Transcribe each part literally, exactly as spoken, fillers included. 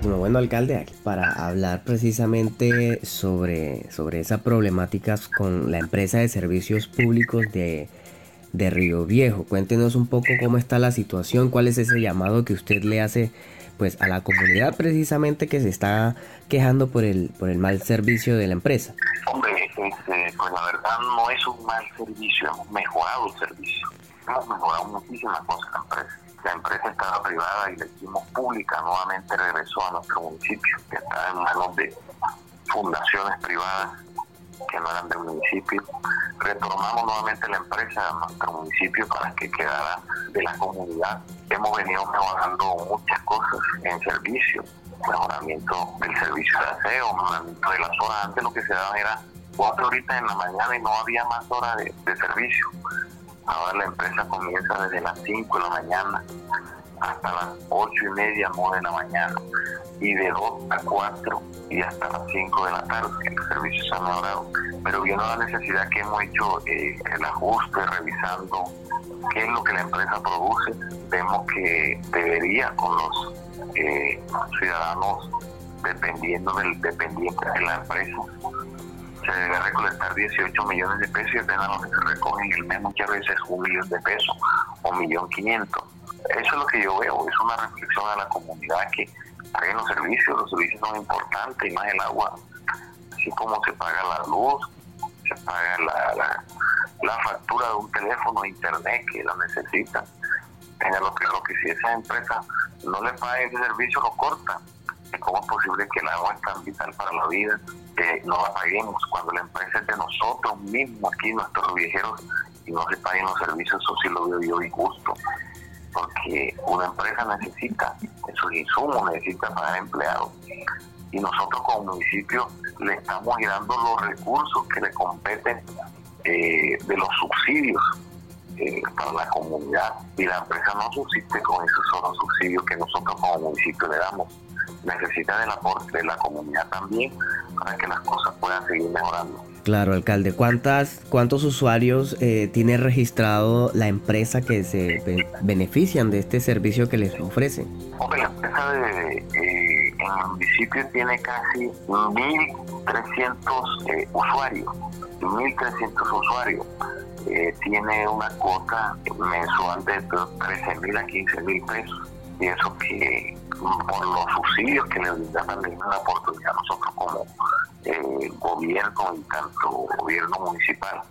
Bueno, bueno, alcalde, aquí para hablar precisamente sobre, sobre esa problemática con la empresa de servicios públicos de, de Río Viejo. Cuéntenos un poco cómo está la situación, cuál es ese llamado que usted le hace pues a la comunidad precisamente que se está quejando por el, por el mal servicio de la empresa. Hombre, este, pues la verdad no es un mal servicio, hemos mejorado el servicio, hemos mejorado muchísimas cosas en la empresa. La empresa estaba privada y la hicimos pública, nuevamente regresó a nuestro municipio, que estaba en manos de fundaciones privadas que no eran del municipio. Retornamos nuevamente la empresa a nuestro municipio para que quedara de la comunidad. Hemos venido mejorando muchas cosas en servicio, mejoramiento del servicio de aseo, mejoramiento de las horas. Antes lo que se daba era cuatro horitas en la mañana y no había más horas de, de servicio. Ahora la empresa comienza desde las cinco de la mañana hasta las ocho y media, nueve de la mañana, y de dos a cuatro y hasta las cinco de la tarde. El servicio se ha mejorado, pero viendo la necesidad que hemos hecho eh, el ajuste, revisando qué es lo que la empresa produce, vemos que debería con los eh, ciudadanos dependiendo del dependiente de la empresa se debe recolectar dieciocho millones de pesos y apenas lo que se recoge en el mes muchas veces un millón de pesos o un millón quinientos. Eso es lo que yo veo, es una reflexión a la comunidad que paguen los servicios, los servicios son importantes y más el agua, así como se paga la luz, se paga la, la, la factura de un teléfono, internet que lo necesitan. Ténganlo claro que si esa empresa no le paga ese servicio, lo corta. ¿Cómo es posible que el agua es tan vital para la vida que no la paguemos cuando la empresa es de nosotros mismos aquí, nuestros viajeros, y no se paguen los servicios? Eso sí lo veo yo injusto, porque una empresa necesita esos insumos, necesita pagar empleados, y nosotros como municipio le estamos girando los recursos que le competen eh, de los subsidios eh, para la comunidad, y la empresa no subsiste con esos solo subsidios que nosotros como municipio le damos. Necesita del aporte de la comunidad también para que las cosas puedan seguir mejorando. Claro, alcalde, ¿cuántas, cuántos usuarios eh, tiene registrado la empresa que se be- benefician de este servicio que les ofrece? Hombre, la empresa de, eh, en el municipio tiene casi mil trescientos eh, usuarios, mil trescientos usuarios. Eh, tiene una cuota mensual de trece mil a quince mil pesos. Y eso que por los subsidios que le brindan también una oportunidad a nosotros como eh, gobierno y tanto gobierno municipal.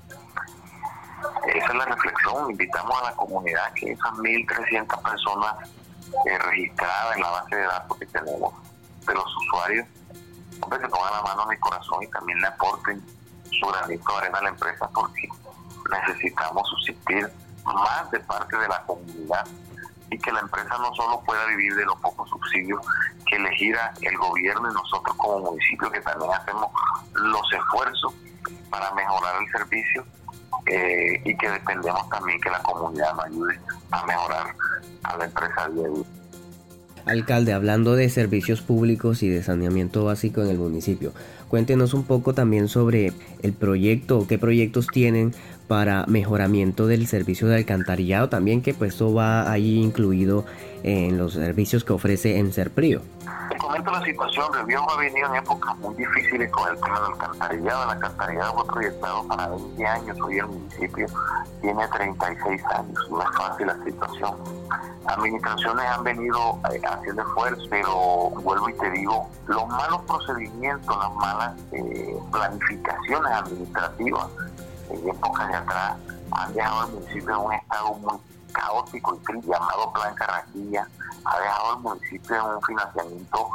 Esa es la reflexión. Invitamos a la comunidad que esas mil trescientas personas eh, registradas en la base de datos que tenemos de los usuarios, hombre, se pongan la mano en el corazón y también le aporten su granito de arena a la empresa, porque necesitamos subsistir más de parte de la comunidad y que la empresa no solo pueda vivir de los pocos subsidios que le gira el gobierno y nosotros como municipio, que también hacemos los esfuerzos para mejorar el servicio eh, y que dependemos también que la comunidad nos ayude a mejorar a la empresa día a día. Alcalde, hablando de servicios públicos y de saneamiento básico en el municipio, cuéntenos un poco también sobre el proyecto o qué proyectos tienen para mejoramiento del servicio de alcantarillado, también que pues eso va ahí incluido en los servicios que ofrece Enserprío. Te comento la situación. Río Viejo ha venido en épocas muy difíciles con el tema del alcantarillado. El alcantarillado fue proyectado para veinte años, hoy el municipio tiene treinta y seis años, no es fácil la situación. Administraciones han venido eh, haciendo esfuerzos, pero vuelvo y te digo, los malos procedimientos, las malas eh, planificaciones administrativas en épocas de atrás han dejado al municipio en un estado muy caótico y triste, llamado Plan Carraquilla. Ha dejado al municipio en un financiamiento,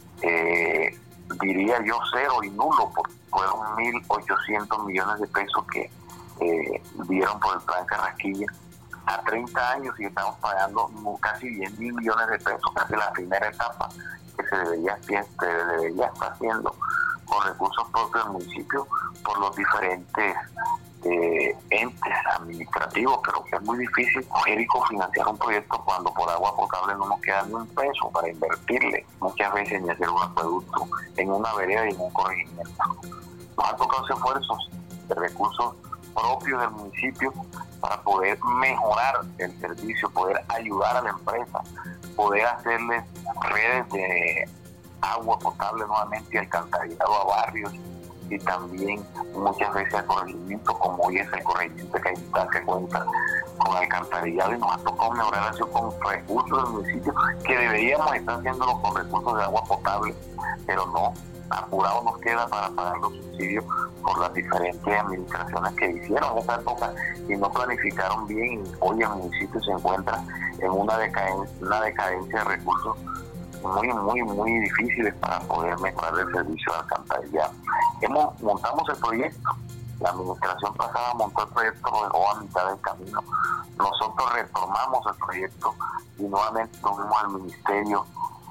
eh, diría yo, cero y nulo, porque fueron mil ochocientos millones de pesos que eh, dieron por el Plan Carraquilla a treinta años, y estamos pagando casi diez mil millones de pesos, casi la primera etapa que se debería, que debería estar haciendo con recursos propios del municipio por los diferentes eh, entes administrativos, pero que es muy difícil coger y cofinanciar un proyecto cuando por agua potable no nos queda ni un peso para invertirle, muchas veces ni hacer un acueducto en una vereda y en un corregimiento. Nos ha tocado hacer esfuerzos de recursos propios del municipio para poder mejorar el servicio, poder ayudar a la empresa, poder hacerles redes de agua potable nuevamente y alcantarillado a barrios, y también muchas veces al corregimiento, como hoy es el corregimiento que hay que cuenta con alcantarillado, y nos ha tocado mejorar así con recursos del municipio que deberíamos estar haciéndolo con recursos de agua potable, pero no, apurado nos queda para pagar los subsidios por las diferentes administraciones que hicieron en esa época y no planificaron bien. Hoy el municipio se encuentra en una decadencia, una decadencia de recursos muy, muy, muy difíciles para poder mejorar el servicio de alcantarillado. Hemos, montamos el proyecto, la administración pasada montó el proyecto, lo dejó a mitad del camino. Nosotros retomamos el proyecto y nuevamente tuvimos al Ministerio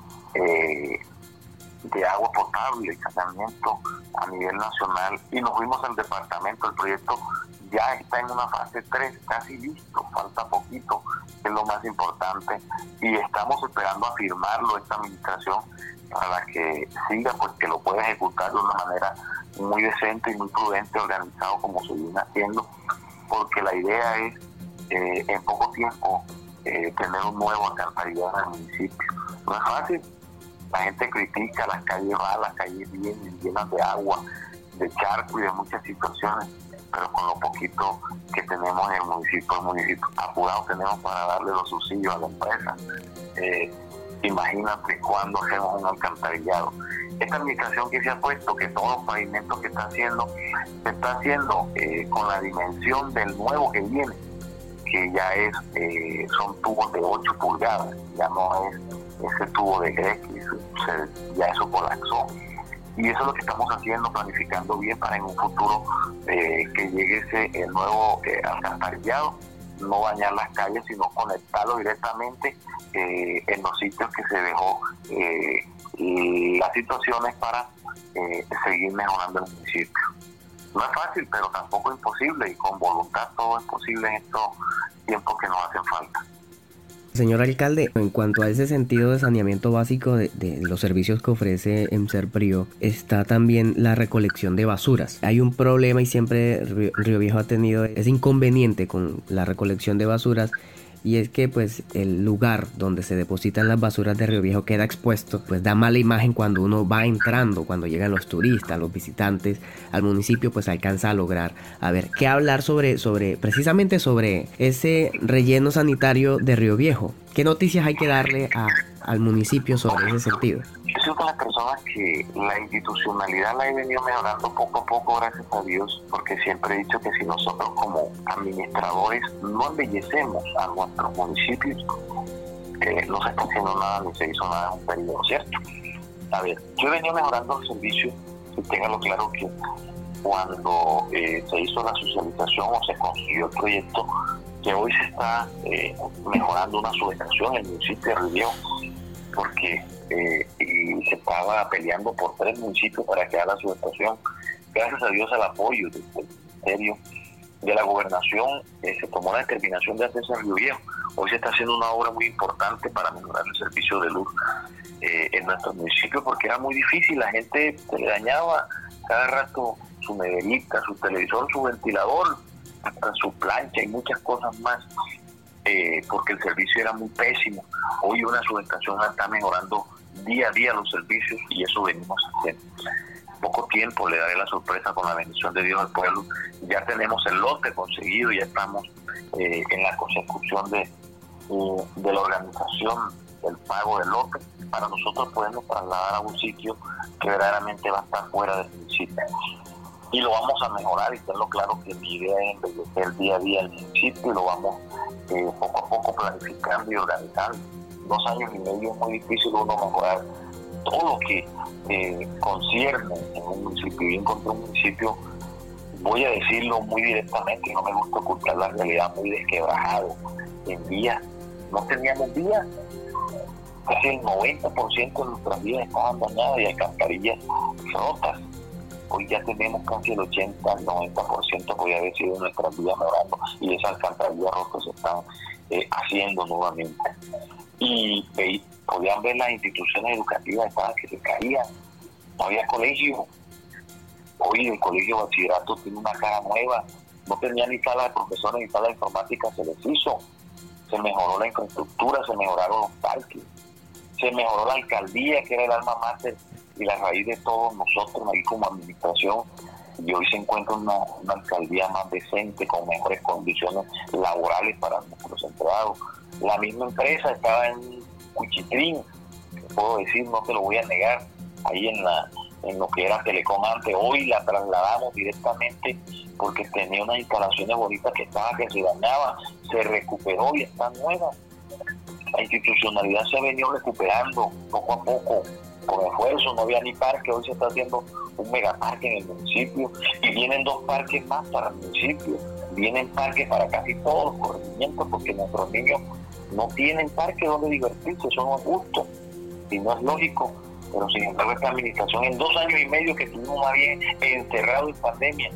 eh, de Agua Potable y Saneamiento a nivel nacional y nos fuimos al departamento. El proyecto ya está en una fase tres, casi listo, falta poquito, es lo más importante, y estamos esperando a firmarlo esta administración para que siga, pues que lo pueda ejecutar de una manera muy decente y muy prudente, organizado como se viene haciendo, porque la idea es eh, en poco tiempo eh, tener un nuevo alcantarillado en el municipio. No es fácil, la gente critica, las calles van, las calles vienen llenas de agua, de charco y de muchas situaciones, pero con lo poquito que tenemos en el municipio, el municipio apurado tenemos para darle los subsidios a la empresa. Eh, imagínate cuando hacemos un alcantarillado. Esta administración que se ha puesto, que todos los pavimentos que está haciendo, se está haciendo eh, con la dimensión del nuevo que viene, que ya es, eh, son tubos de ocho pulgadas, ya no es ese tubo de Grec, ya eso colapsó. Y eso es lo que estamos haciendo, planificando bien para en un futuro eh, que llegue ese el nuevo eh, alcantarillado, no bañar las calles, sino conectarlo directamente eh, en los sitios que se dejó eh, y las situaciones para eh, seguir mejorando el municipio. No es fácil, pero tampoco es imposible, y con voluntad todo es posible en estos tiempos que nos hacen falta. Señor alcalde, en cuanto a ese sentido de saneamiento básico de, de los servicios que ofrece EMSER-PRIO, está también la recolección de basuras. Hay un problema y siempre Río, Río Viejo ha tenido ese inconveniente con la recolección de basuras, y es que pues el lugar donde se depositan las basuras de Río Viejo queda expuesto, pues da mala imagen cuando uno va entrando, cuando llegan los turistas, los visitantes al municipio, pues alcanza a lograr a ver qué hablar sobre, sobre precisamente sobre ese relleno sanitario de Río Viejo. ¿Qué noticias hay que darle a, al municipio sobre ese sentido? Yo soy con las personas que la institucionalidad la he venido mejorando poco a poco, gracias a Dios, porque siempre he dicho que si nosotros como administradores no embellecemos a nuestros municipios, eh, no se está haciendo nada ni se hizo nada en un periodo, ¿cierto? A ver, yo he venido mejorando el servicio, y ténganlo claro que cuando eh, se hizo la socialización o se consiguió el proyecto, que hoy se está eh, mejorando una subestación en el municipio de Río Viejo, porque eh, y se estaba peleando por tres municipios para crear la subestación. Gracias a Dios, al apoyo del Ministerio de la Gobernación, eh, se tomó la determinación de hacerse en Río Viejo. Hoy se está haciendo una obra muy importante para mejorar el servicio de luz eh, en nuestro municipio, porque era muy difícil, la gente se le dañaba cada rato su neverita, su televisor, su ventilador, hasta su plancha y muchas cosas más, eh, porque el servicio era muy pésimo. Hoy una subestación está mejorando día a día los servicios y eso venimos haciendo. Poco tiempo le daré la sorpresa con la bendición de Dios al pueblo. Ya tenemos el lote conseguido, ya estamos eh, en la consecución de, eh, de la organización del pago del lote para nosotros podernos trasladar a un sitio que verdaderamente va a estar fuera del municipio. Y lo vamos a mejorar, y tenlo claro que mi idea es embellecer día a día el municipio, y lo vamos eh, poco a poco planificando y organizando. Dos años y medio es muy difícil uno mejorar todo lo que eh, concierne en un municipio. Y encontré un municipio, voy a decirlo muy directamente, no me gusta ocultar la realidad, muy desquebrajado. En vías, no teníamos vías, casi el noventa por ciento de nuestras vías estaban dañadas y alcantarillas rotas. Hoy ya tenemos casi el ochenta al noventa por ciento, podría haber sido nuestras vías mejorando, y esas alcantarillas rotas se están eh, haciendo nuevamente. Y eh, podían ver las instituciones educativas estaban que se caían, no había colegio. Hoy el colegio de bachillerato tiene una cara nueva, no tenía ni sala de profesores ni sala de informática, se les hizo, se mejoró la infraestructura, se mejoraron los parques, se se mejoró la alcaldía, que era el alma mater y la raíz de todos nosotros ahí como administración, y hoy se encuentra una, una alcaldía más decente, con mejores condiciones laborales para nuestros empleados. La misma empresa estaba en Cuchitrín, puedo decir, no te lo voy a negar, ahí en la en lo que era Telecom antes. Hoy la trasladamos directamente porque tenía unas instalaciones bonitas que estaban, que se dañaban, se recuperó y está nueva. La institucionalidad se ha venido recuperando poco a poco, con esfuerzo. No había ni parque, hoy se está haciendo un megaparque en el municipio, y vienen dos parques más para el municipio, vienen parques para casi todos los corregimientos, porque nuestros niños no tienen parque donde divertirse, eso no es justo y no es lógico. Pero sin embargo esta administración, en dos años y medio que estuvimos más bien encerrados en pandemia,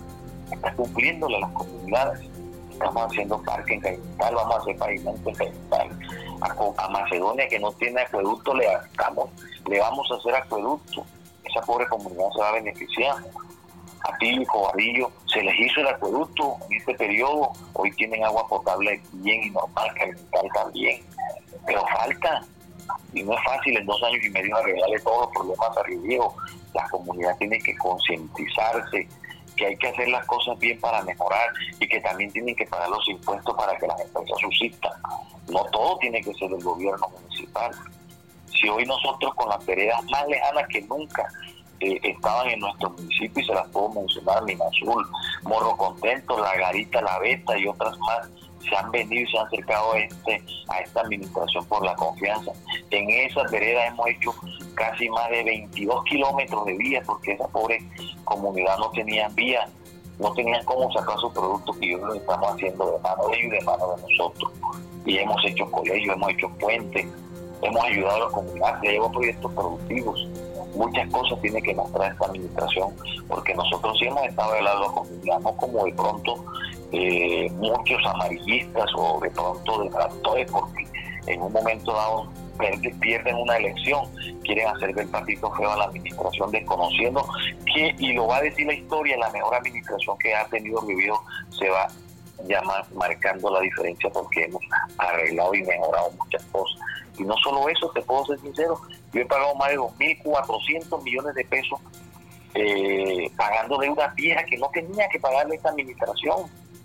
está cumpliéndole a las comunidades. Estamos haciendo parque en Capital, vamos a hacer pavimento en Capital. A, a Macedonia, que no tiene acueducto, le, estamos, le vamos a hacer acueducto. Esa pobre comunidad se va a beneficiar. A Tillo y Cobadillo se les hizo el acueducto en este periodo, hoy tienen agua potable bien y normal, Capital también, pero falta. Y no es fácil en dos años y medio arreglarle todos los problemas a Río Viejo. La comunidad tiene que concientizarse que hay que hacer las cosas bien para mejorar, y que también tienen que pagar los impuestos para que las empresas subsistan. No todo tiene que ser del gobierno municipal. Si hoy nosotros, con las veredas más lejanas que nunca eh, estaban en nuestro municipio, y se las puedo mencionar: Minazul, Morro Contento, La Garita, La Beta y otras más, se han venido y se han acercado a, este, a esta administración por la confianza. En esas veredas hemos hecho casi más de veintidós kilómetros de vías, porque esa pobre comunidad no tenía vías, no tenían cómo sacar sus productos, y hoy lo estamos haciendo de mano de ellos y de mano de nosotros. Y hemos hecho colegios, hemos hecho puentes, hemos ayudado a la comunidad, llevamos proyectos productivos. Muchas cosas tiene que mostrar esta administración, porque nosotros sí hemos estado del lado de la comunidad, no como de pronto eh, muchos amarillistas o de pronto detractores, porque en un momento dado pierden una elección, quieren hacer ver patito feo a la administración, desconociendo que, y lo va a decir la historia, la mejor administración que ha tenido Vivido se va ya marcando la diferencia, porque hemos arreglado y mejorado muchas cosas. Y no solo eso, te puedo ser sincero, yo he pagado más de dos mil cuatrocientos millones de pesos eh, pagando deudas viejas que no tenía que pagarle esta administración.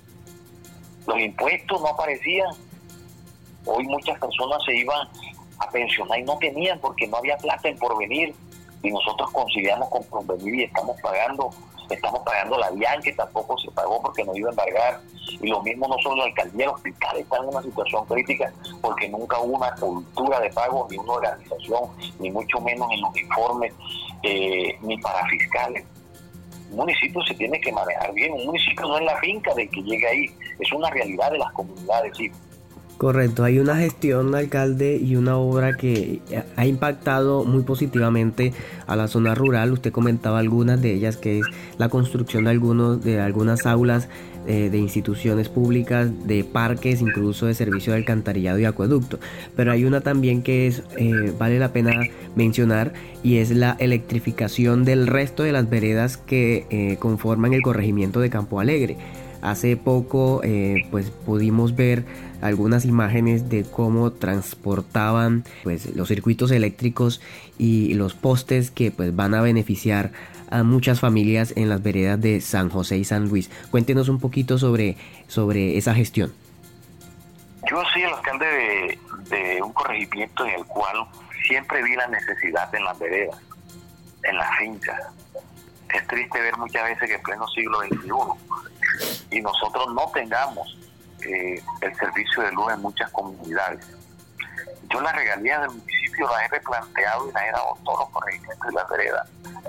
Los impuestos no aparecían. Hoy muchas personas se iban a pensionar y no tenían, porque no había plata en Porvenir, y nosotros conciliamos con Porvenir y estamos pagando estamos pagando la DIAN, que tampoco se pagó porque nos iba a embargar, y lo mismo no solo la alcaldía, el hospital está en una situación crítica porque nunca hubo una cultura de pago, ni una organización, ni mucho menos en los informes, eh, ni para fiscales. Un municipio se tiene que manejar bien, un municipio no es la finca de que llegue ahí, es una realidad de las comunidades, sí. Correcto, hay una gestión, alcalde, y una obra que ha impactado muy positivamente a la zona rural. Usted comentaba algunas de ellas, que es la construcción de algunos de algunas aulas eh, de instituciones públicas, de parques, incluso de servicio de alcantarillado y acueducto. Pero hay una también que es eh, vale la pena mencionar, y es la electrificación del resto de las veredas que eh, conforman el corregimiento de Campo Alegre. Hace poco eh, pues pudimos ver algunas imágenes de cómo transportaban pues los circuitos eléctricos y los postes que pues van a beneficiar a muchas familias en las veredas de San José y San Luis. Cuéntenos un poquito sobre, sobre esa gestión. Yo soy el alcalde de, de un corregimiento en el cual siempre vi la necesidad en las veredas, en las fincas. Es triste ver muchas veces que en pleno siglo veintiuno y nosotros no tengamos eh, el servicio de luz en muchas comunidades. Yo las regalías del municipio las he replanteado y las he dado a todos los corregimientos de la vereda.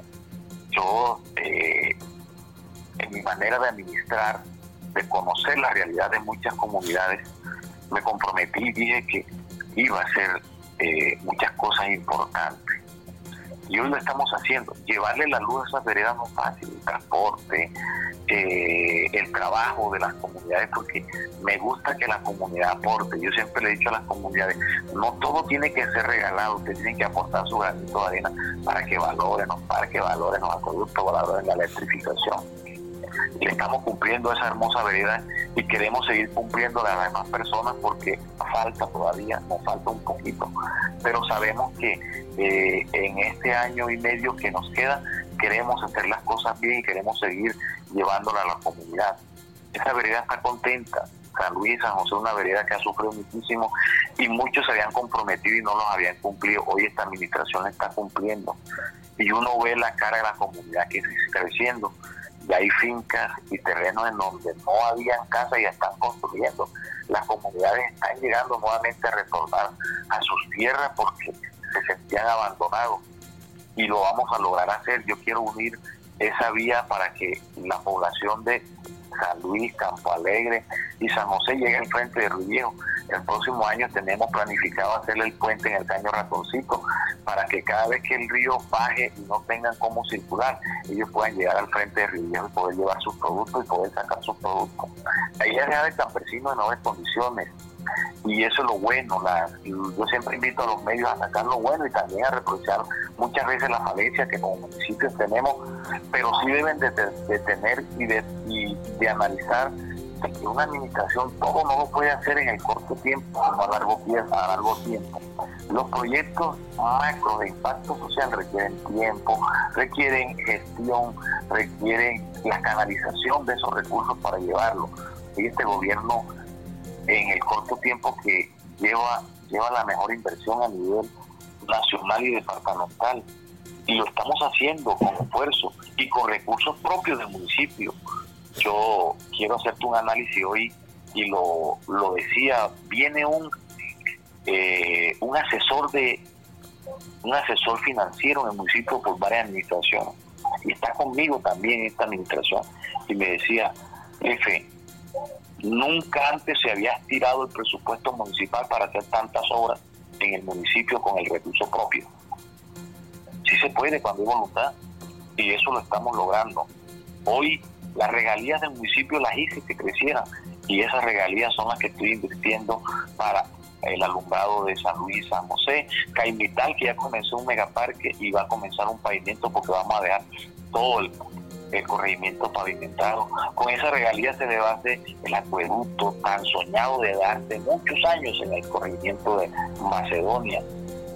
Yo, eh, en mi manera de administrar, de conocer la realidad de muchas comunidades, me comprometí y dije que iba a hacer eh, muchas cosas importantes. Y hoy lo estamos haciendo. Llevarle la luz a esas veredas no es fácil, el transporte, eh, el trabajo de las comunidades, porque me gusta que la comunidad aporte. Yo siempre le he dicho a las comunidades, no todo tiene que ser regalado, ustedes tienen que aportar su granito de arena para que valoren los parques, valoren los acueductos, valoren la electrificación. Le estamos cumpliendo esa hermosa vereda y queremos seguir cumpliendo a las demás personas porque falta todavía, nos falta un poquito. Pero sabemos que eh, en este año y medio que nos queda, queremos hacer las cosas bien y queremos seguir llevándola a la comunidad. Esa vereda está contenta. San Luis, San José, una vereda que ha sufrido muchísimo y muchos se habían comprometido y no los habían cumplido. Hoy esta administración está cumpliendo y uno ve la cara de la comunidad que sigue creciendo. Y hay fincas y terrenos en donde no habían casas y ya están construyendo. Las comunidades están llegando nuevamente a retornar a sus tierras porque se sentían abandonados y lo vamos a lograr hacer. Yo quiero unir esa vía para que la población de San Luis, Campo Alegre y San José llegue al frente de Río Viejo. El próximo año tenemos planificado hacerle el puente en el Caño Ratoncito para que cada vez que el río baje y no tengan cómo circular, ellos puedan llegar al frente de Río Viejo y poder llevar sus productos y poder sacar sus productos. La idea es dejar al campesino en mejores condiciones y eso es lo bueno. La, yo siempre invito a los medios a sacar lo bueno y también a reprochar muchas veces las falencias que como municipios tenemos, pero sí deben de, de, de tener y de, y de analizar que una administración todo no lo puede hacer en el corto tiempo, sino a largo tiempo, a largo tiempo. Los proyectos macro de impacto social requieren tiempo, requieren gestión, requieren la canalización de esos recursos para llevarlo. Y este gobierno en el corto tiempo que lleva, lleva la mejor inversión a nivel nacional y departamental y lo estamos haciendo con esfuerzo y con recursos propios del municipio. Yo quiero hacerte un análisis hoy y lo, lo decía, viene un eh, un asesor de un asesor financiero en el municipio por varias administraciones y está conmigo también en esta administración y me decía, jefe, nunca antes se había estirado el presupuesto municipal para hacer tantas obras en el municipio con el recurso propio. Sí se puede cuando hay voluntad y eso lo estamos logrando. Hoy las regalías del municipio las hice que crecieran y esas regalías son las que estoy invirtiendo para el alumbrado de San Luis, San José, Caimital, que ya comenzó un megaparque y va a comenzar un pavimento porque vamos a dejar todo el, el corregimiento pavimentado. Con esa regalía se le va a hacer el acueducto tan soñado de hace muchos años en el corregimiento de Macedonia.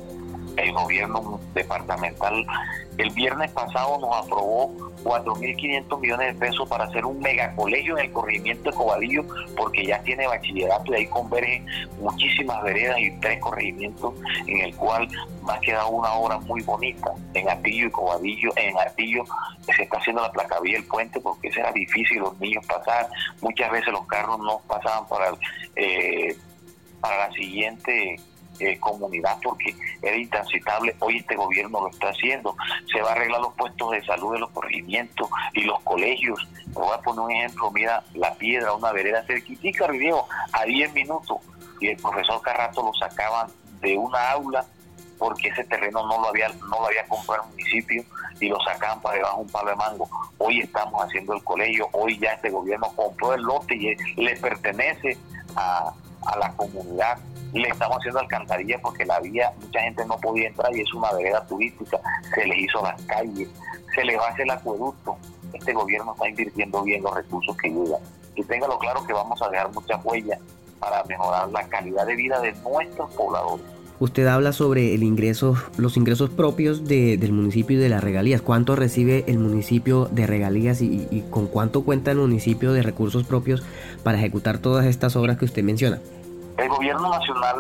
El gobierno departamental el viernes pasado nos aprobó cuatro mil quinientos millones de pesos para hacer un megacolegio en el corregimiento de Cobadillo, porque ya tiene bachillerato y ahí convergen muchísimas veredas y tres corregimientos en el cual me ha quedado una obra muy bonita en Artillo y Cobadillo. En Artillo se está haciendo la placavía del puente porque eso era difícil los niños pasar, muchas veces los carros no pasaban para, eh, para la siguiente Eh, comunidad porque era intransitable. Hoy este gobierno lo está haciendo, se va a arreglar los puestos de salud de los corregimientos y los colegios. Te voy a poner un ejemplo, mira, La Piedra, una vereda cerquitica, Río, a diez minutos, y el profesor Carrato lo sacaban de una aula porque ese terreno no lo había no lo había comprado el municipio y lo sacaban para debajo un palo de mango. Hoy estamos haciendo el colegio, hoy ya este gobierno compró el lote y le pertenece a, a la comunidad. Le estamos haciendo alcantarillas porque la vía, mucha gente no podía entrar y es una vereda turística, se les hizo las calles, se les va a hacer el acueducto. Este gobierno está invirtiendo bien los recursos que llegan. Y téngalo claro que vamos a dejar muchas huellas para mejorar la calidad de vida de nuestros pobladores. Usted habla sobre el ingreso, los ingresos propios de, del municipio y de las regalías. ¿Cuánto recibe el municipio de regalías y, y con cuánto cuenta el municipio de recursos propios para ejecutar todas estas obras que usted menciona? El gobierno nacional,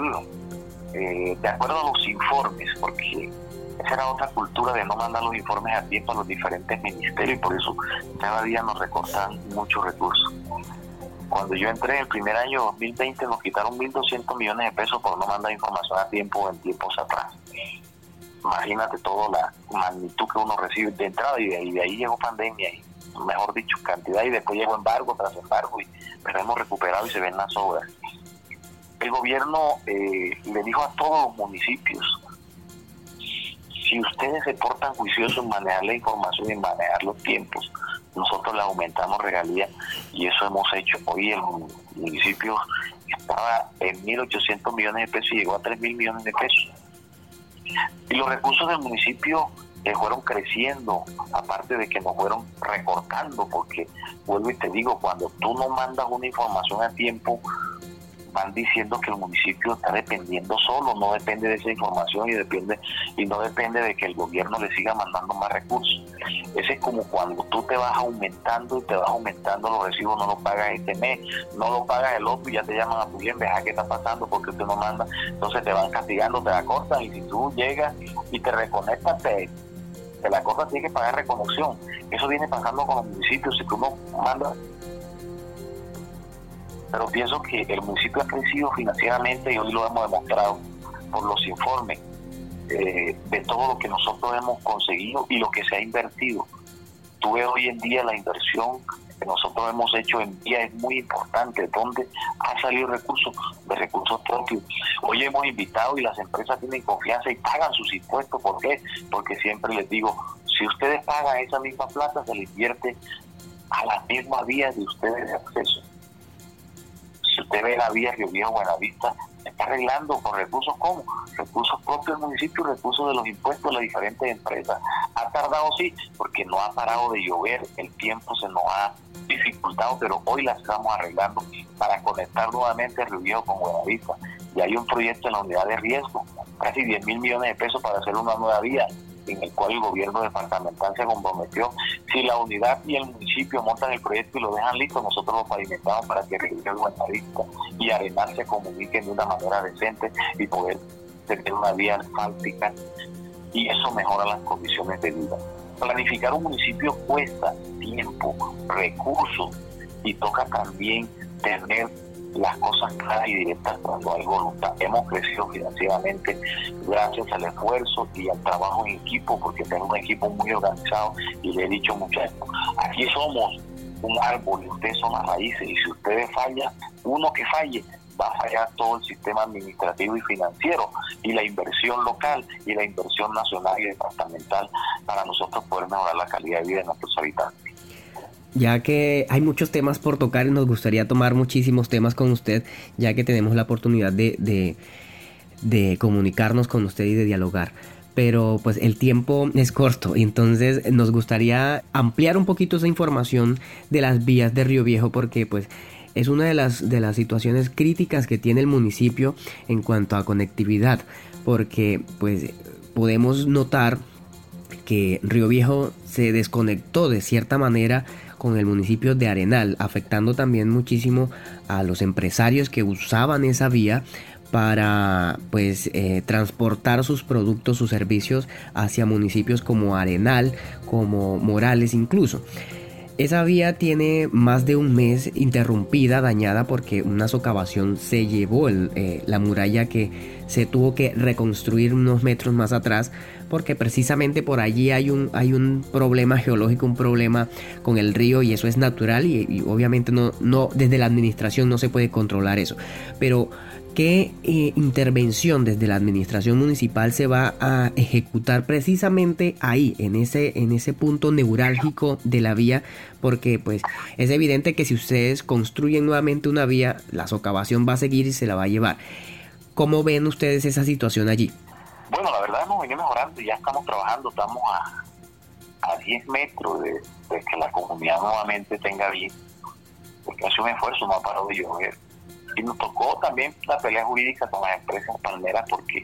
eh, de acuerdo a los informes, porque esa era otra cultura de no mandar los informes a tiempo a los diferentes ministerios y por eso cada día nos recortan muchos recursos. Cuando yo entré el primer año dos mil veinte nos quitaron mil doscientos millones de pesos por no mandar información a tiempo en tiempos atrás. Imagínate toda la magnitud que uno recibe de entrada y de ahí, de ahí llegó pandemia y, mejor dicho, cantidad, y después llegó embargo tras embargo, y, pero hemos recuperado y se ven las obras. El gobierno eh, le dijo a todos los municipios, si ustedes se portan juiciosos en manejar la información y en manejar los tiempos, nosotros le aumentamos regalías y eso hemos hecho. Hoy el municipio estaba en mil ochocientos millones de pesos y llegó a tres mil millones de pesos. Y los recursos del municipio que fueron creciendo, aparte de que nos fueron recortando, porque vuelvo y te digo, cuando tú no mandas una información a tiempo, van diciendo que el municipio está dependiendo solo, no depende de esa información y depende y no depende de que el gobierno le siga mandando más recursos. Ese es como cuando tú te vas aumentando y te vas aumentando los recibos, no lo pagas este mes, no lo pagas el otro y ya te llaman a tu bien, deja qué está pasando porque usted no manda, entonces te van castigando, te la cortan y si tú llegas y te reconectas, te, te la cortan, tienes que pagar reconexión. Eso viene pasando con los municipios, si tú no mandas. Pero pienso que el municipio ha crecido financieramente y hoy lo hemos demostrado por los informes eh, de todo lo que nosotros hemos conseguido y lo que se ha invertido. Tú ves hoy en día la inversión que nosotros hemos hecho en vía es muy importante, donde ha salido recursos, de recursos propios. Hoy hemos invitado y las empresas tienen confianza y pagan sus impuestos. ¿Por qué? Porque siempre les digo, si ustedes pagan esa misma plata, se le invierte a la misma vía de ustedes de acceso. Si usted ve la vía Río Viejo Buenavista, está arreglando con recursos como recursos propios del municipio, recursos de los impuestos de las diferentes empresas. Ha tardado, sí, porque no ha parado de llover, el tiempo se nos ha dificultado, pero hoy la estamos arreglando para conectar nuevamente Río Viejo con Buenavista. Y hay un proyecto en la unidad de riesgo, casi diez mil millones de pesos para hacer una nueva vía, en el cual el gobierno departamental se comprometió. Si la unidad y el municipio montan el proyecto y lo dejan listo, nosotros lo pavimentamos para que Río Viejo Buenavista y Arenal se comuniquen de una manera decente y poder tener una vía asfáltica, y eso mejora las condiciones de vida. Planificar un municipio cuesta tiempo, recursos, y toca también tener las cosas claras y directas cuando hay voluntad. Hemos crecido financieramente gracias al esfuerzo y al trabajo en equipo, porque tenemos un equipo muy organizado y le he dicho muchachos, aquí somos un árbol y ustedes son las raíces, y si ustedes fallan, uno que falle, va a fallar todo el sistema administrativo y financiero y la inversión local y la inversión nacional y departamental para nosotros poder mejorar la calidad de vida de nuestros habitantes. Ya que hay muchos temas por tocar y nos gustaría tomar muchísimos temas con usted, ya que tenemos la oportunidad de, de, de comunicarnos con usted y de dialogar. Pero pues el tiempo es corto, entonces nos gustaría ampliar un poquito esa información de las vías de Río Viejo, porque pues es una de las, de las situaciones críticas que tiene el municipio en cuanto a conectividad, porque pues podemos notar que Río Viejo se desconectó de cierta manera con el municipio de Arenal, afectando también muchísimo a los empresarios que usaban esa vía para pues eh, transportar sus productos, sus servicios hacia municipios como Arenal, como Morales incluso. Esa vía tiene más de un mes interrumpida, dañada, porque una socavación se llevó el, eh, la muralla que se tuvo que reconstruir unos metros más atrás, porque precisamente por allí hay un, hay un problema geológico, un problema con el río, y eso es natural y, y obviamente no, no, desde la administración no se puede controlar eso. Pero ¿qué eh, intervención desde la administración municipal se va a ejecutar precisamente ahí, en ese, en ese punto neurálgico de la vía? Porque pues es evidente que si ustedes construyen nuevamente una vía, la socavación va a seguir y se la va a llevar. ¿Cómo ven ustedes esa situación allí? Bueno, la verdad hemos venido mejorando y ya estamos trabajando, estamos a, a diez metros de, de que la comunidad nuevamente tenga vía, porque hace un esfuerzo, no ha parado de llover. Y nos tocó también la pelea jurídica con las empresas palmeras, porque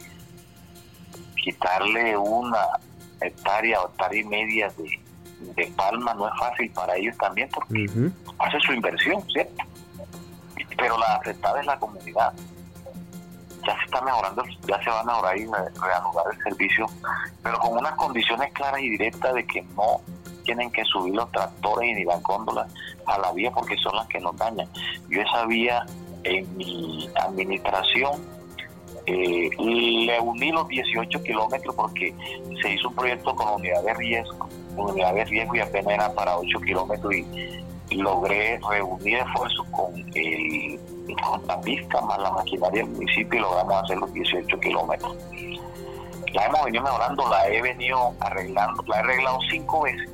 quitarle una hectárea o hectárea y media de, de palma no es fácil para ellos también, porque uh-huh. hace su inversión, ¿cierto? Pero la afectada es la comunidad. Ya se está mejorando, ya se va a mejorar y reanudar el servicio, pero con unas condiciones claras y directas de que no tienen que subir los tractores ni las góndolas a la vía, porque son las que nos dañan. Yo esa vía, en mi administración, eh, le uní los dieciocho kilómetros porque se hizo un proyecto con unidad de riesgo, unidad de riesgo y apenas era para ocho kilómetros, y, y logré reunir esfuerzos con el con la pista más la maquinaria del municipio y logramos hacer los dieciocho kilómetros. La hemos venido mejorando, la he venido arreglando, la he arreglado cinco veces,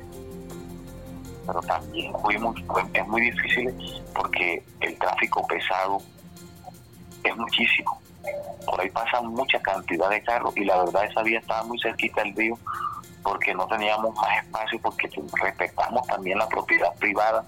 pero también fue muy, es muy difícil porque el tráfico pesado es muchísimo. Por ahí pasan mucha cantidad de carros y la verdad esa vía estaba muy cerquita del río porque no teníamos más espacio, porque respetamos también la propiedad privada,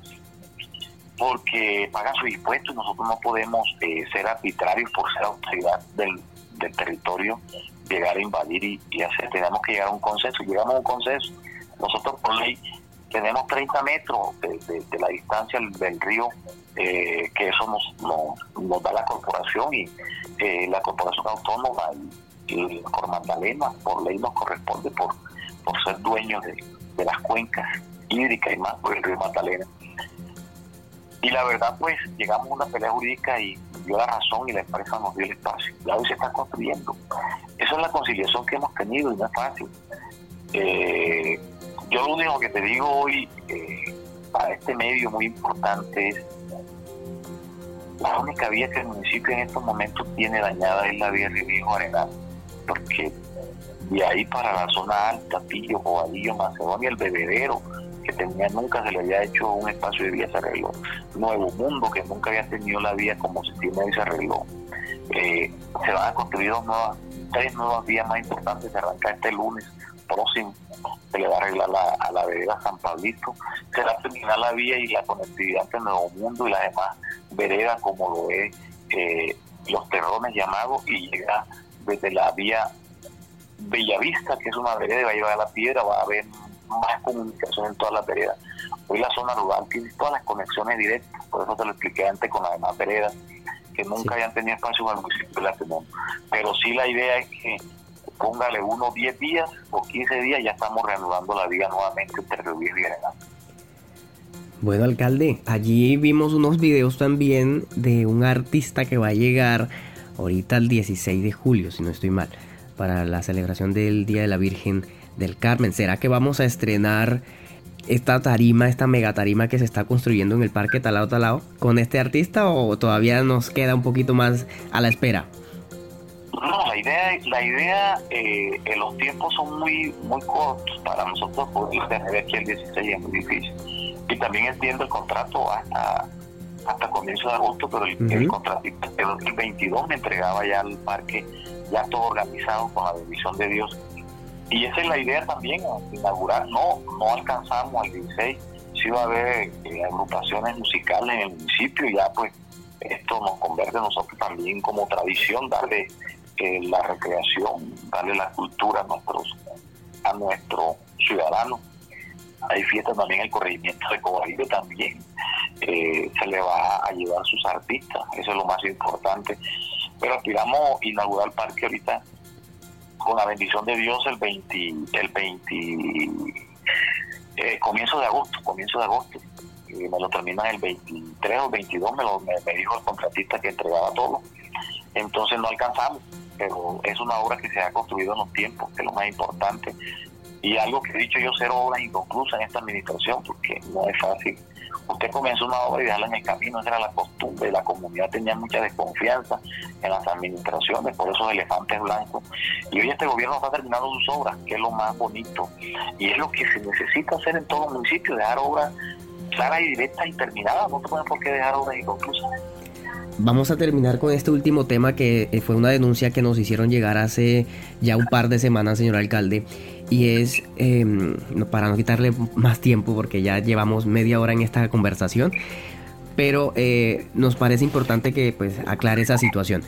porque pagan sus impuestos y nosotros no podemos eh, ser arbitrarios por ser autoridad del, del territorio, llegar a invadir y, y hacer, tenemos que llegar a un consenso. Llegamos a un consenso. Nosotros por ley tenemos treinta metros de, de, de la distancia del, del río, eh, que eso nos, nos, nos da la corporación y eh, la corporación autónoma y, y por Magdalena, por ley nos corresponde por, por ser dueños de, de las cuencas hídricas y más por el río Magdalena. Y la verdad, pues, llegamos a una pelea jurídica y dio la razón y la empresa nos dio el espacio. Ya hoy se está construyendo. Esa es la conciliación que hemos tenido y no es fácil. Eh, yo lo único que te digo hoy, eh, para este medio muy importante, es la única vía que el municipio en estos momentos tiene dañada es la vía Río Viejo Arenal, porque de ahí para la zona alta, Pillo, Bobadillo, Macedonia, el Bebedero, que tenía, nunca se le había hecho un espacio de vía, se arregló. Nuevo Mundo, que nunca había tenido la vía como se tiene y se arregló. Eh, se van a construir dos nuevas, tres nuevas vías más importantes, se arranca este lunes próximo, se le va a arreglar la, a la vereda San Pablito, se va a terminar la vía y la conectividad entre Nuevo Mundo y las demás veredas, como lo es eh, Los Terrones llamados, y llega desde la vía Bellavista, que es una vereda, va a llevar a la piedra, va a haber más comunicación en todas las veredas. Hoy la zona rural tiene todas las conexiones directas, por eso te lo expliqué antes con las demás veredas que nunca sí. habían tenido espacio en el municipio de La Tenón. Pero sí, la idea es que póngale unos diez días o quince días, ya estamos reanudando la vía nuevamente entre Río Viejo y Arenal. Bueno, alcalde, allí vimos unos videos también de un artista que va a llegar ahorita el dieciséis de julio, si no estoy mal, para la celebración del Día de la Virgen del Carmen. ¿Será que vamos a estrenar esta tarima, esta mega tarima que se está construyendo en el Parque Talao Talao con este artista, o todavía nos queda un poquito más a la espera? No, la idea, la idea, eh, eh, los tiempos son muy, muy cortos para nosotros poder tener aquí el dieciséis, es muy difícil. Y también entiendo el contrato hasta hasta comienzo de agosto, pero el, uh-huh. el contratista de dos mil veintidós me entregaba ya al parque ya todo organizado con la bendición de Dios. Y esa es la idea también, inaugurar. No, no alcanzamos el dieciséis, sí va a haber eh, agrupaciones musicales en el municipio, y ya pues esto nos convierte a nosotros también como tradición, darle eh, la recreación, darle la cultura a nuestros, a nuestros ciudadanos. Hay fiestas también en el corregimiento de Cobadillo también, eh, se le va a llevar sus artistas, eso es lo más importante. Pero aspiramos a inaugurar el parque ahorita con la bendición de Dios el veinte, el veinte, eh, comienzo de agosto, comienzo de agosto. Eh, me lo terminan el veintitrés o veintidós, me, lo, me, me dijo el contratista que entregaba todo. Entonces no alcanzamos, pero es una obra que se ha construido en los tiempos, que es lo más importante. Y algo que he dicho yo, cero obras inconclusas en esta administración, porque no es fácil. Usted comenzó una obra y dejarla en el camino, esa era la costumbre. La comunidad tenía mucha desconfianza en las administraciones por esos elefantes blancos. Y hoy este gobierno está terminando sus obras, que es lo más bonito. Y es lo que se necesita hacer en todo municipio, dejar obras claras y directas y terminadas. No tenemos por qué dejar obras inconclusas. Vamos a terminar con este último tema, que fue una denuncia que nos hicieron llegar hace ya un par de semanas, señor alcalde. Y es, eh, para no quitarle más tiempo, porque ya llevamos media hora en esta conversación, pero eh, nos parece importante que pues aclare esa situación.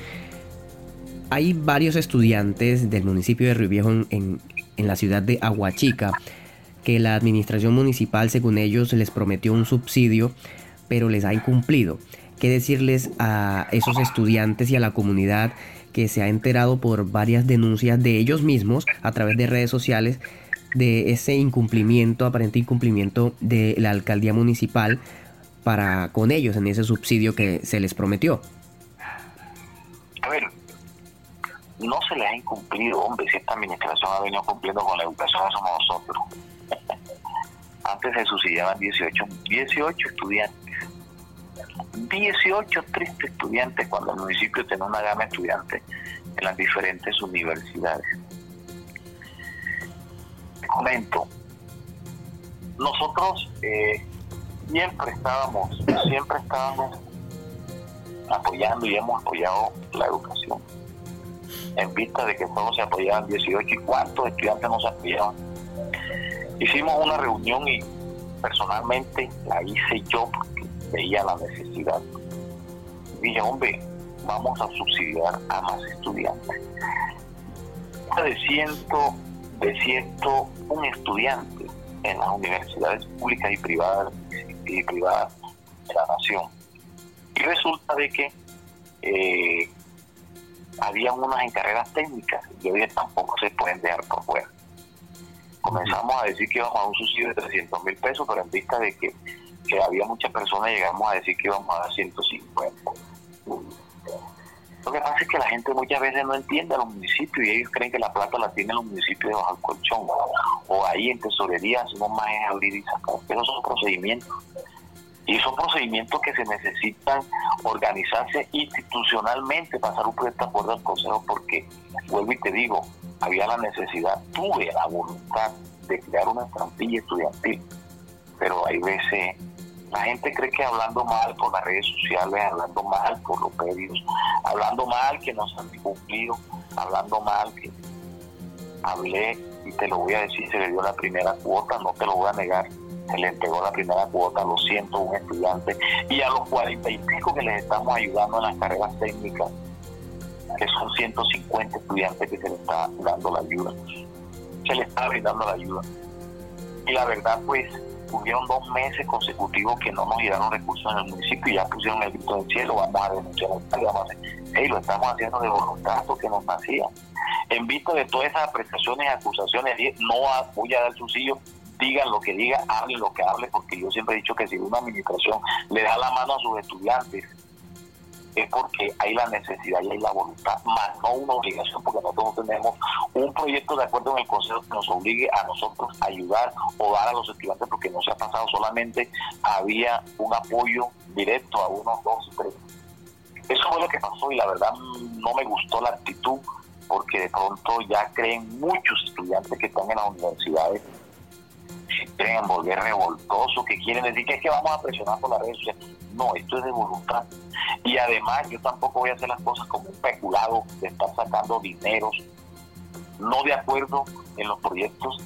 Hay varios estudiantes del municipio de Río Viejo en, en, en la ciudad de Aguachica, que la administración municipal, según ellos, les prometió un subsidio, pero les ha incumplido. ¿Qué decirles a esos estudiantes y a la comunidad que se ha enterado por varias denuncias de ellos mismos a través de redes sociales de ese incumplimiento, aparente incumplimiento de la alcaldía municipal para con ellos en ese subsidio que se les prometió? A ver, no se les ha incumplido, hombre, si esta administración ha venido cumpliendo con la educación, eso somos nosotros. Antes se subsidiaban dieciocho, dieciocho estudiantes. dieciocho tristes estudiantes cuando el municipio tenía una gama de estudiantes en las diferentes universidades. Te comento, nosotros eh, siempre estábamos, siempre estábamos apoyando y hemos apoyado la educación. En vista de que todos se apoyaban dieciocho, ¿y cuántos estudiantes nos apoyaban? Hicimos una reunión y personalmente la hice yo porque veía la necesidad. Dije, hombre, vamos a subsidiar a más estudiantes. De ciento, de ciento un estudiantes en las universidades públicas y privadas y privadas de la nación. Y resulta de que eh, había unas en carreras técnicas, y hoy tampoco se pueden dejar por fuera. Comenzamos a decir que íbamos a dar un subsidio de trescientos mil pesos, pero en vista de que, que había muchas personas, llegamos a decir que íbamos a dar ciento cincuenta. Lo que pasa es que la gente muchas veces no entiende a los municipios y ellos creen que la plata la tienen los municipios de bajo el colchón, o ahí en tesorería hacemos más es abrir y sacar. Esos son procedimientos. Y son procedimientos que se necesitan organizarse institucionalmente, pasar un proyecto de acuerdo al Consejo, porque, vuelvo y te digo, había la necesidad, tuve la voluntad de crear una plantilla estudiantil, pero hay veces la gente cree que hablando mal por las redes sociales, hablando mal por los medios, hablando mal que no se han cumplido, hablando mal que hablé, y te lo voy a decir, se le dio la primera cuota, no te lo voy a negar, se le entregó la primera cuota a los ciento uno estudiantes y a los cuarenta y pico que les estamos ayudando en las carreras técnicas, que son ciento cincuenta estudiantes que se les está dando la ayuda, se les está brindando la ayuda. Y la verdad, pues, tuvieron dos meses consecutivos que no nos llegaron recursos en el municipio y ya pusieron el grito del cielo, vamos a denunciar, vamos a hacer, hey, lo estamos haciendo de voluntad, que nos nacía. En vista de todas esas apreciaciones y acusaciones, no voy a dar subsidio, digan lo que diga, hablen lo que hable, porque yo siempre he dicho que si una administración le da la mano a sus estudiantes, es porque hay la necesidad y hay la voluntad, más no una obligación, porque nosotros tenemos un proyecto de acuerdo en el Consejo que nos obligue a nosotros a ayudar o dar a los estudiantes, porque no se ha pasado, solamente había un apoyo directo a unos dos, tres. Eso fue lo que pasó y la verdad no me gustó la actitud, porque de pronto ya creen muchos estudiantes que están en las universidades, se quieren volver revoltosos, que quieren decir que es que vamos a presionar por las redes sociales. No, esto es de voluntad. Y además yo tampoco voy a hacer las cosas como un peculado de estar sacando dineros no de acuerdo en los proyectos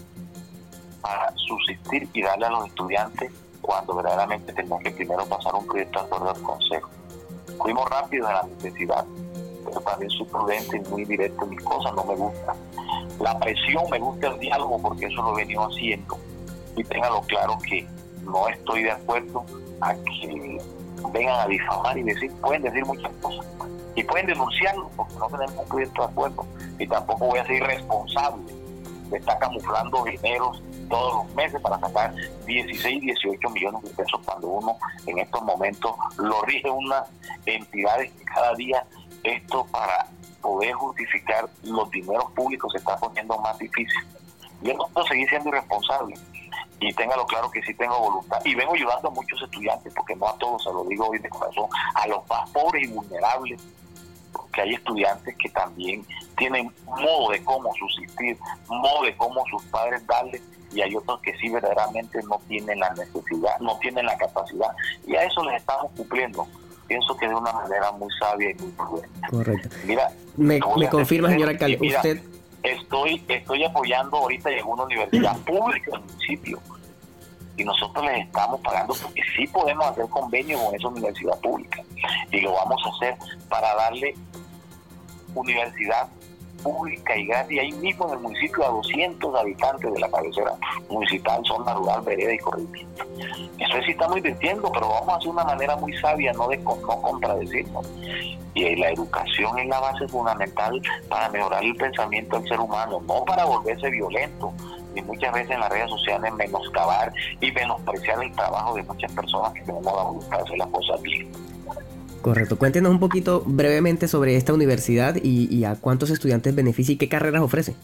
para subsistir y darle a los estudiantes cuando verdaderamente tenemos que primero pasar un proyecto de acuerdo al Consejo. Fuimos rápidos en la necesidad, pero también soy prudente y muy directo en mis cosas, no me gusta la presión, me gusta el diálogo, porque eso lo he venido haciendo. Y téngalo claro que no estoy de acuerdo a que vengan a difamar y decir, pueden decir muchas cosas y pueden denunciarlo porque no tenemos un proyecto de acuerdo, y tampoco voy a ser irresponsable de estar camuflando dineros todos los meses para sacar dieciséis, dieciocho millones de pesos cuando uno en estos momentos lo rige unas entidades que cada día esto para poder justificar los dineros públicos se está poniendo más difícil. Yo no puedo seguir siendo irresponsable. Y téngalo claro que sí tengo voluntad. Y vengo ayudando a muchos estudiantes, porque no a todos, se lo digo hoy de corazón, a los más pobres y vulnerables, porque hay estudiantes que también tienen modo de cómo subsistir, modo de cómo sus padres darles, y hay otros que sí verdaderamente no tienen la necesidad, no tienen la capacidad, y a eso les estamos cumpliendo. Pienso que de una manera muy sabia y muy prudente. Correcto. Mira, me, me confirma, señor alcalde, mira, usted... Estoy, estoy apoyando ahorita en una universidad pública del municipio y nosotros les estamos pagando porque sí podemos hacer convenios con esa universidad pública y lo vamos a hacer para darle universidad pública y gratis ahí mismo en el municipio a doscientos habitantes de la cabecera municipal, zona rural, vereda y corregimiento. Eso sí estamos invirtiendo, pero vamos a hacer de una manera muy sabia, no de no contradecirnos. Y la educación es la base fundamental para mejorar el pensamiento del ser humano, no para volverse violento, y muchas veces en las redes sociales menoscabar y menospreciar el trabajo de muchas personas que tenemos la voluntad de hacer las cosas bien. Correcto. Cuéntenos un poquito brevemente sobre esta universidad y, y a cuántos estudiantes beneficia y qué carreras ofrece.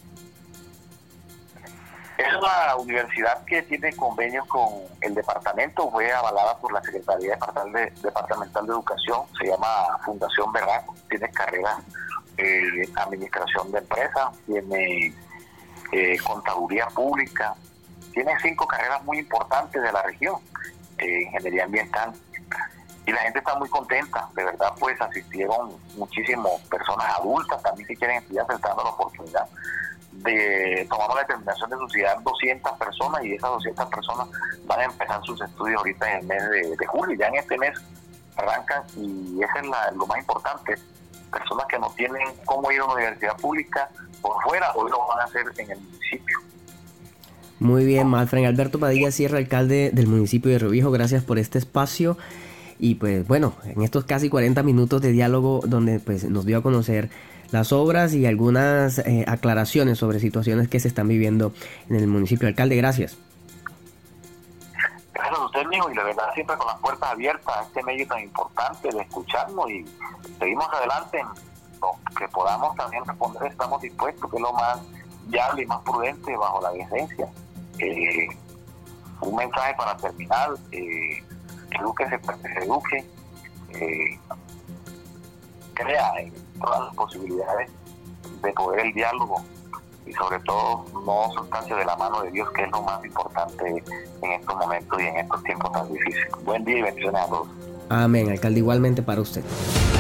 Es una universidad que tiene convenios con el departamento, fue avalada por la Secretaría Departamental de, Departamental de Educación, se llama Fundación Berraco, tiene carreras eh, administración de empresas, tiene eh, contaduría pública, tiene cinco carreras muy importantes de la región, eh, ingeniería ambiental, y la gente está muy contenta, de verdad, pues asistieron muchísimas personas adultas también que quieren estudiar, se está dando la oportunidad de, tomamos la determinación de subsidiar doscientas personas, y esas doscientas personas van a empezar sus estudios ahorita en el mes de, de julio. Ya en este mes arrancan, y eso es la, lo más importante. Personas que no tienen cómo ir a una universidad pública por fuera, hoy lo van a hacer en el municipio. Muy bien, Malfred Alberto Padilla Sierra, alcalde del municipio de Río Viejo, gracias por este espacio. Y pues bueno, en estos casi cuarenta minutos de diálogo donde pues nos dio a conocer las obras y algunas eh, aclaraciones sobre situaciones que se están viviendo en el municipio. Alcalde, gracias. Gracias a usted, mijo, y la verdad siempre con las puertas abiertas a este medio tan importante de escucharnos, y seguimos adelante en lo que podamos también responder. Estamos dispuestos, que es lo más viable y más prudente bajo la decencia. Eh, un mensaje para terminar: eh, edúquese para que se eduque, eh, crea en todas las posibilidades de poder el diálogo, y sobre todo no soltarse de la mano de Dios, que es lo más importante en estos momentos y en estos tiempos tan difíciles. Buen día y bendiciones a todos. Amén, alcalde, igualmente para usted.